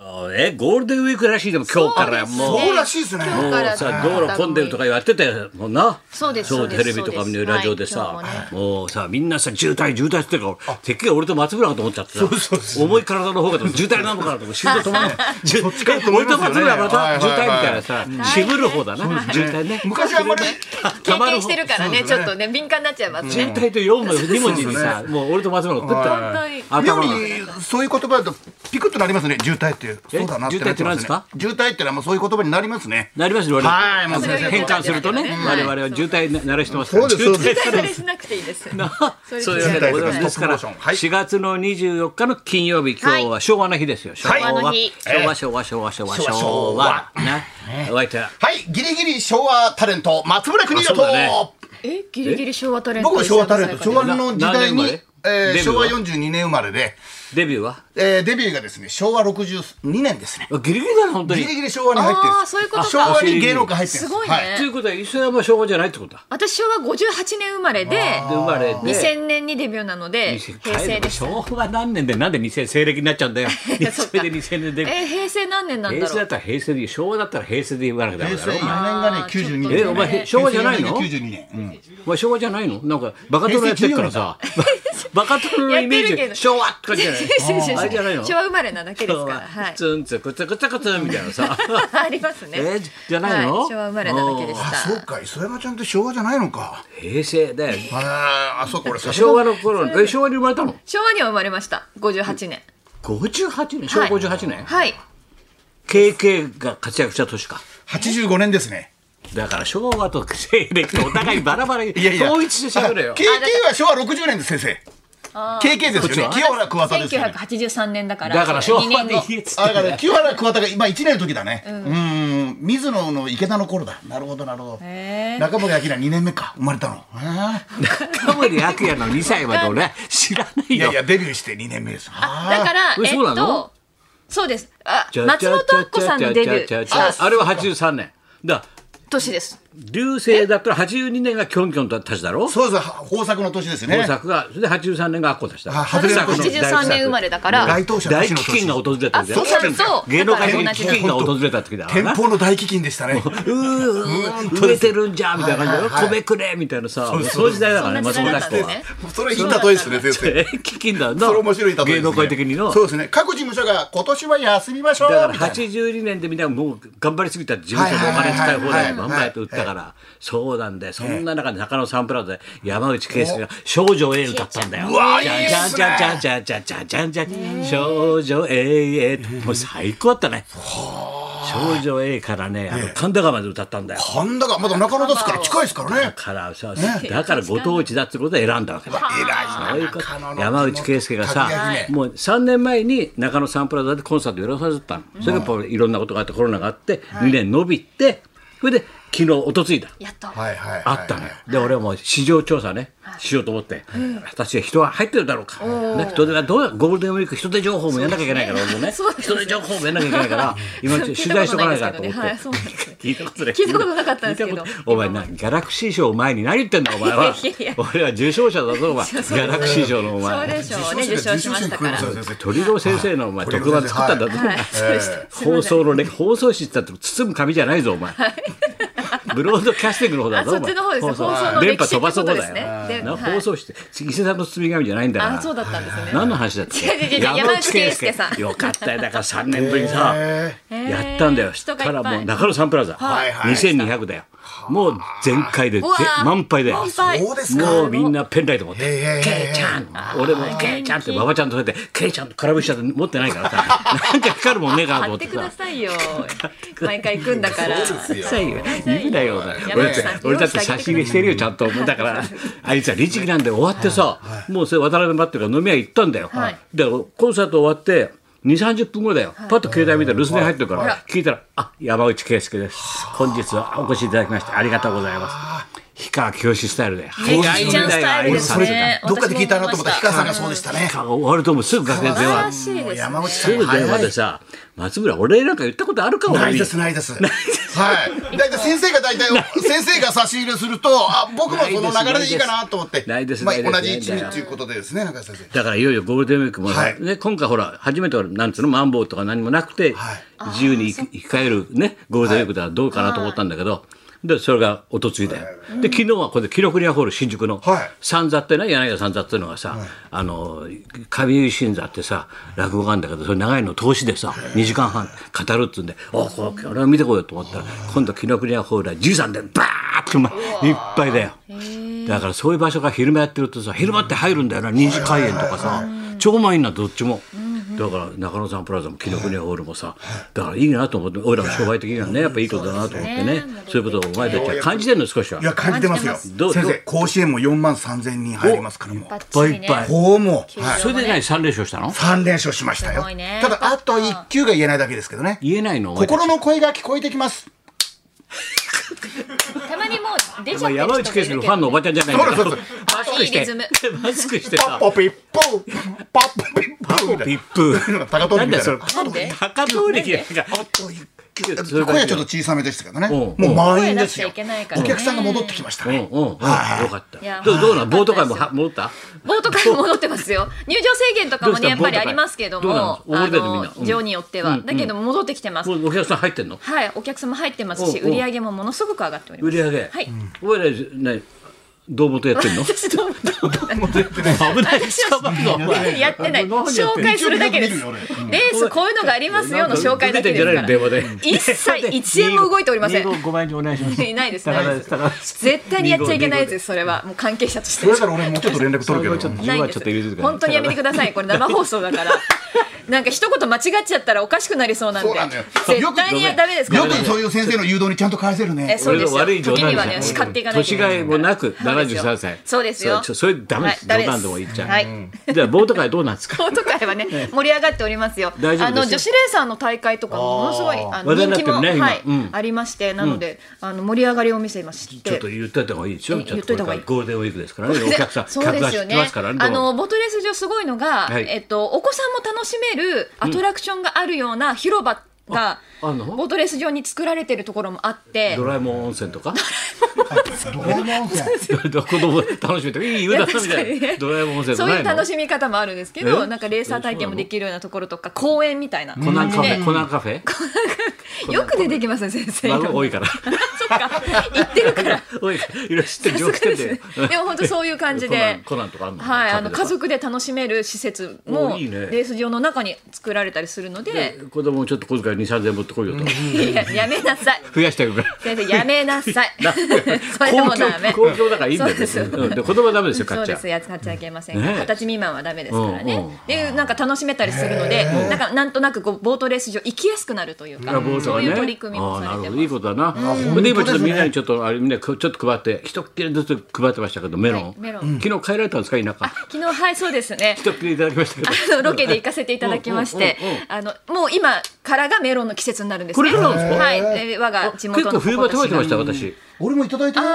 ゴールデンウィークらしいでも今日からもうそうらしいですね。 もうさ道路混んでるとか言ってたもんな。 そうですそうテレビとか見るラジオでさ、もうさみんなさ渋滞ってからてっきり俺と松村かと思っちゃってさ、重い体の方が渋滞なのかなと心臓止まらない。俺と松村また渋滞みたいなさ、渋る方だな渋滞ね。 昔はあんまり経験してるからね、ちょっとね敏感になっちゃいますね。 渋滞と2文字にさ、もう俺と松村が食った妙にそういう言葉だとピクッとなりますね。渋滞っていう。そうだなってなってますね。渋滞ってのはもうそういう言葉になりますね。 なりますね。 はい、もう変換するとね、我々は渋滞慣れしてますから。 渋滞慣れしなくていいです。 そういうわけでございます。ですから4月の24日の金曜日、今日は昭和の日ですよ。昭和ね。お相手はギリギリ昭和タレント松村邦洋と。 ギリギリ昭和タレント。 僕も昭和タレント。昭和の時代に昭和42年生まれで。 デビューはデビューがですね昭和62年ですね。 ギリギリだな本当に。 ギリギリ昭和に入ってるんです。 そういうことか。 昭和に芸能界入ってるんです。 すごいね。 ということは磯山昭和じゃないってことだ。 私昭和58年生まれで2000年にデビューなので平成です。 昭和何年でなんで2000西暦になっちゃうんだよ。それで2000年デビュー。 平成何年なんだろう。 平成だったら平成で昭和だったら平成で言わなきゃダメだろ。 平成4年がね92年。 お前昭和じゃないの ？92年。 お前昭和じゃないの？なんかバカ殿やってるからさ。バカ殿のイメージ昭和とかじゃない。あれじゃないの？ 昭和生まれなだけですから。はい。 ツンツンくつくつくつみたいなさ。 ありますね。 じゃないの？ 昭和生まれなだけでした。 そうか、磯山ちゃんって昭和じゃないのか。 平成だよ。 そうか、俺昭和の頃昭和に生まれたの？ 昭和には生まれました。58年。 58年？昭和58年？ はい。 KK が活躍した年か。 85年ですね。 だから昭和と西暦とお互いバラバラに統一してしゃべれよ。 KK は昭和60年です先生。KK ですよね。清原桑田ですよね。 1983年だから。 だから昭和に言えつって。 だから清原桑田が今1年の時だね。水野の池田の頃だ。なるほどなるほど。中森明菜2年目か生まれたの。 中森明菜の2歳まで俺知らないよ。 いやデビューして2年目です。 だからそうです。松本明子さんのデビュー。 あれは83年。だ。 年です。 流星だったら82年がキョンキョンとたちだろ。 そうです。豊作の年ですね。 豊作がそれで83年がアッコたちだ。 83年生まれだから大飢饉が訪れたんだよ。芸能界的に飢饉が訪れた時だからな。 天保の大飢饉でしたね。 植えてるんじゃみたいな感じで米くれみたいなさ、その時代だからね松本明子は。 それいい例えですね先生。 飢饉だな。 それ面白い例えですね。 芸能界的にの。 そうですね。各事務所が今年は休みましょう。 だから82年でみんなもう頑張りすぎた事務所のお金使い放題バンバンやって売ったから。そうなんだよ。そんな中で中野サンプラザで山内圭介が少女 A 歌ったんだよ。じゃんじゃんじゃんじゃんじゃんじゃんじゃんじゃんじゃん少女 A もう最高だったね。少女 A からね神田川まで歌ったんだよ。 神田川まだ中野ですから近いですからね。 だからご当地だってことで選んだわけだ。そういうこと。山内圭介がさもう3年前に中野サンプラザでコンサートやらされたの。それがいろんなことがあってコロナがあって2年伸びてそれで昨日おとついだあったのよ。で俺はもう市場調査ねしようと思って果たして人は入ってるだろうか。人手はどうゴールデンウィーク人手情報もやんなきゃいけないから俺もね人手情報もやんなきゃいけないから今取材しとかないからと思って聞いたことなかったんですけどお前ギャラクシー賞を前に何言ってんだお前は。俺は受賞者だぞお前ギャラクシー賞のお前。 そうでしょうね受賞しましたから。 鳥郎先生のお前特番作ったんだぞ。放送のね放送室だって包む紙じゃないぞお前。ブロードキャスティングの方だぞ。 そっちの方です。放送の電波飛ばそうだよ。放送して伊勢さんの包み紙じゃないんだから。 そうだったんですね。 何の話だっけ？ 山内圭介さん。 よかったよ。だから3年ぶりにさやったんだよ。したらもう中野サンプラザ2200だよ。もう全開で満杯でもうみんなペンライト持ってケイちゃん俺もケイちゃんって馬場ちゃんと出てケイちゃんと空振りしちゃって持ってないからさなんか光るもんねえかなと思ってさ。 買ってくださいよ。毎回行くんだから。 いいだよ俺だって差し入れしてるよちゃんと。だからあいつは律儀なんで終わってさもうそれ渡辺待ってるから飲み屋行ったんだよ。でコンサート終わって2、30分後だよ。パッと携帯見たら留守電入ってるから聞いたら山内圭介です。本日はお越しいただきましてありがとうございます。氷川きよしスタイルで。 氷川ちゃんスタイルですね。 どっかで聞いたなと思ったら氷川さんがそうでしたね。 終わるともうすぐ楽屋電話。 山内さんすぐ電話でさ松村俺なんか言ったことあるか。 ないですないです。 はい大体先生が差し入れすると僕もその流れでいいかなと思ってないです、 同じ一味ということでですね中井先生だからいよいよゴールデンウィークもね今回ほら初めてなんつうのマンボウとか何もなくて自由に生き返るねゴールデンウィークではどうかなと思ったんだけどでそれがおとついでで昨日はこれ紀ノ国屋ホール新宿の三座ってね柳家三座っていうのがさ上井新座ってさ落語があるんだけどそれ長いの通しでさ2時間半語るっつうんでこれは見てこようと思ったら今度紀ノ国屋ホールは13でバーッといっぱいだよだからそういう場所が昼間やってるとさ昼間って入るんだよな2時開演とかさ超満員などっちも。だから中野サンプラザも紀ノ国屋ホールもさだからいいなと思って俺らの商売的にはねやっぱいいことだなと思ってねそういうことをお前たちは感じてるの少しは。 いや感じてますよ先生甲子園も4万3000人入りますからもういっぱいいっぱいこうもそれで何3連勝したの ？3連勝しましたよただあと1球が言えないだけですけどね言えないの心の声が聞こえてきますたまにもう出ちゃってる人山内圭介のファンのおばちゃんじゃないんだからマスクしてさポピッポーパッポピッポーピップー高通りみたいな高通りみたいな声はちょっと小さめでしたけどねもう満員ですよお客さんが戻ってきましたねよかったどうなのボート会も戻ったボート会も戻ってますよ入場制限とかもねやっぱりありますけども場によってはだけど戻ってきてますお客さん入ってんのはいお客様入ってますし売り上げもものすごく上がっております売り上げはいお前らねどうもとやってんの？ 私どうもと危ないやってない紹介するだけですレースこういうのがありますよの紹介だけですから一切1円も動いておりません 5万円お願いしますいないです絶対にやっちゃいけないやつですそれはもう関係者としてそれから俺もうちょっと連絡取るけどないんです本当にやめてくださいこれ生放送だからなんか一言間違っちゃったらおかしくなりそうなんで絶対にダメですからよくそういう先生の誘導にちゃんと返せるねそうですよ時にはね叱っていかないと年がいもなく73歳そうですよそれダメです冗談でも言っちゃうじゃあボート会どうなんですかボート会はね盛り上がっておりますよ女子レーサーの大会とかものすごい人気もありましてなので盛り上がりを見せましてちょっと言っといた方がいいでしょ言っといた方がいいゴールデンウィークですからねお客さんそうですよねボートレース場すごいのがお子さんも楽しめるアトラクションがあるような広場がボートレース場に作られてるところもあってドラえもん温泉とかドラえもん温泉子供楽しめていい湯だみたいなドラえもん温泉そういう楽しみ方もあるんですけどなんかレーサー体験もできるようなところとか公園みたいなコナンカフェよく出てきますね先生多いからそっか言ってるから多いいろいろ知ってる情報知ってんだよでも本当そういう感じでコナンとかあるの家族で楽しめる施設もレース場の中に作られたりするので子供ちょっと小遣い2,000円持ってこいよとやめなさい増やしていくから先生やめなさいそれもダメ公共だからいいんだよで子供はダメですよ買っちゃうそうです買っちゃいけません20歳未満はダメですからねでなんか楽しめたりするのでなんとなくボートレース場行きやすくなるというかそういう取り組みもされてますいいことだなで今ちょっとみんなにちょっとみんなちょっと配って一切れずつ配ってましたけどメロン昨日帰られたんですか田舎昨日はいそうですね一切れいただきましたけどロケで行かせていただきましてもう今からがメロンの季節になるんですねこれからなんですかはい我が地元の結構冬場食べてました私俺もいただいてる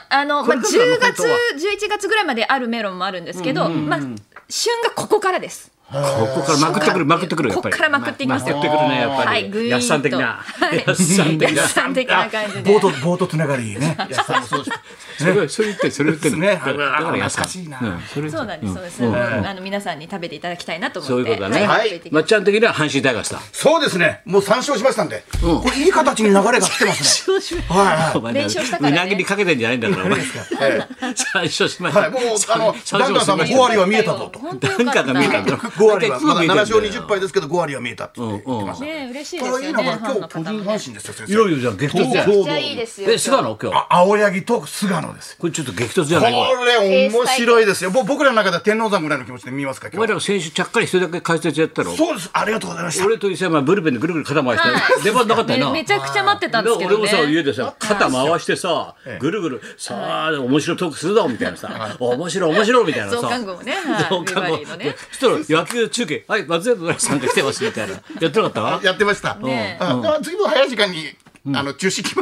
10月11月ぐらいまであるメロンもあるんですけど旬がここからですここからまくってくるやっぱりここからまくっていきますよまくってくるねやっぱりやっさん的なやっさん的な感じでボートつながりねやっさんそうそれ言ってるねだからやっさんしいなそうなんですそうです皆さんに食べていただきたいなと思ってそういうことだねまっちゃん的には阪神タイガースだそうですねもう3勝しましたんでこれいい形に流れが来てますね連勝したからねうなぎにかけてんじゃないんだからお前3勝しましたもうダンカンさんも5割は見えたぞとダンカンが見えたんだ 5割はまだ7勝20敗ですけど5割は見えたって言ってましたね嬉しいですよね今日巨人阪神ですよ先生いよいよじゃあ激突じゃんめっちゃいいですよ菅野今日青柳と菅野ですこれちょっと激突じゃないこれ面白いですよ僕らの中では天王山ぐらいの気持ちで見ますかお前らが先週ちゃっかり一人だけ解説やったろそうですありがとうございました俺と伊勢山ブルペンでぐるぐる肩回して出番なかったよなめちゃくちゃ待ってたんですけどね俺もさ家でさ肩回してさぐるぐるさあ面白いトークするぞみたいなさ面白いみたいなさ増刊号ね増刊号そしたら野球中継はい松江さんが来てますみたいなやってなかったやってました次の早い時間に中止決まったって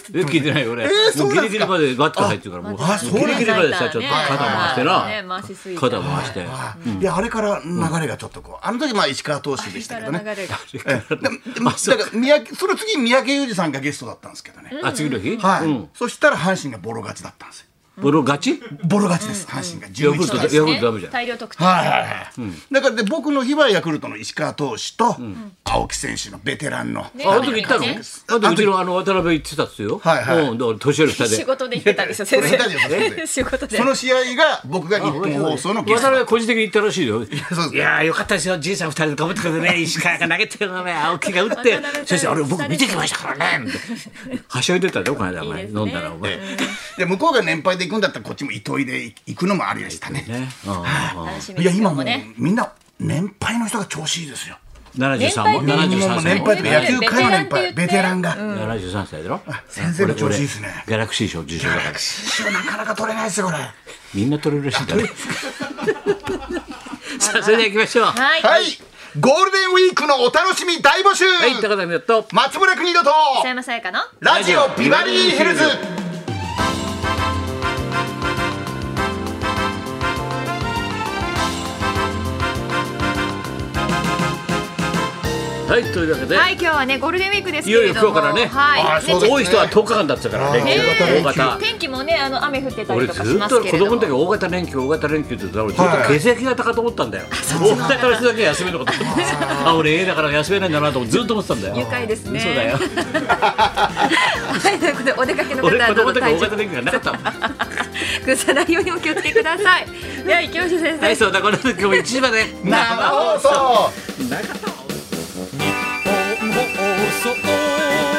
聞いてないよ俺。もうギリギリまでバット入ってるからもうギリギリまでさちょっと肩回してな。肩回して。 いやあれから流れがちょっっとこうあの時まあ石川投手でしたけどね。だからその次三宅裕司さんがゲストだったんですけどね。 あ次の日？ はい。そしたら阪神がボロ勝ちだったんですよ。 ボロ勝ち？ ボロ勝ちです。阪神がヤクルトダメじゃん。 大量得点。 はいはいはい。だからで僕の日はヤクルトの石川投手と青木選手のベテランの。 あの時行ったの？あの時うちの渡辺行ってたっすよ。 はいはい。 だから年寄り2人で。 仕事で行ってたんですよ先生。仕事で。 その試合が僕が日本放送のゲスト。 渡辺個人的に行ったらしいよ。 いやよかったですよ。じいさん2人で頑張ってくれてね。石川が投げてるのね。青木が打って先生あれ僕見てきましたからね。はしゃいでたよこの間お前飲んだらお前。 で向こうが年配で行くんだったらこっちも糸井で行くのもありでしたね。いや今もうみんな年配の人が調子いいですよ。 73も73歳年配とか野球界の年配ベテランが 73歳だろ。 先生の調子いいですね。 ギャラクシー賞受賞だから。 ギャラクシー賞なかなか取れないですよこれ。 みんな取れるらしいんだね。さあそれでは行きましょう。 はい。ゴールデンウィークのお楽しみ大募集。 はい高田美代と松村邦洋と北山さやかのラジオビバリーヒルズ。 はいというわけで、 はい今日はねゴールデンウィークですけれども、 いよいよ今日からね、 はい、 多い人は10日間だったから連休大型。 天気もね雨降ってたり俺とかしずっとますけれども、 子供の時大型連休って言ってたらずっと血液型かと思ったんだよ。大型の人だけ休めるのかと思って。あ俺 A だから休めないんだなとずっと思ってたんだよ。 愉快ですね。 そうだよ。 はいということでお出かけの方俺は子供の時大型連休がなかったもん。 崩さないようにお気をつけください。では行きましょう先生。 はいそうだこれ今日も1時まで生放送。 なかった。 放送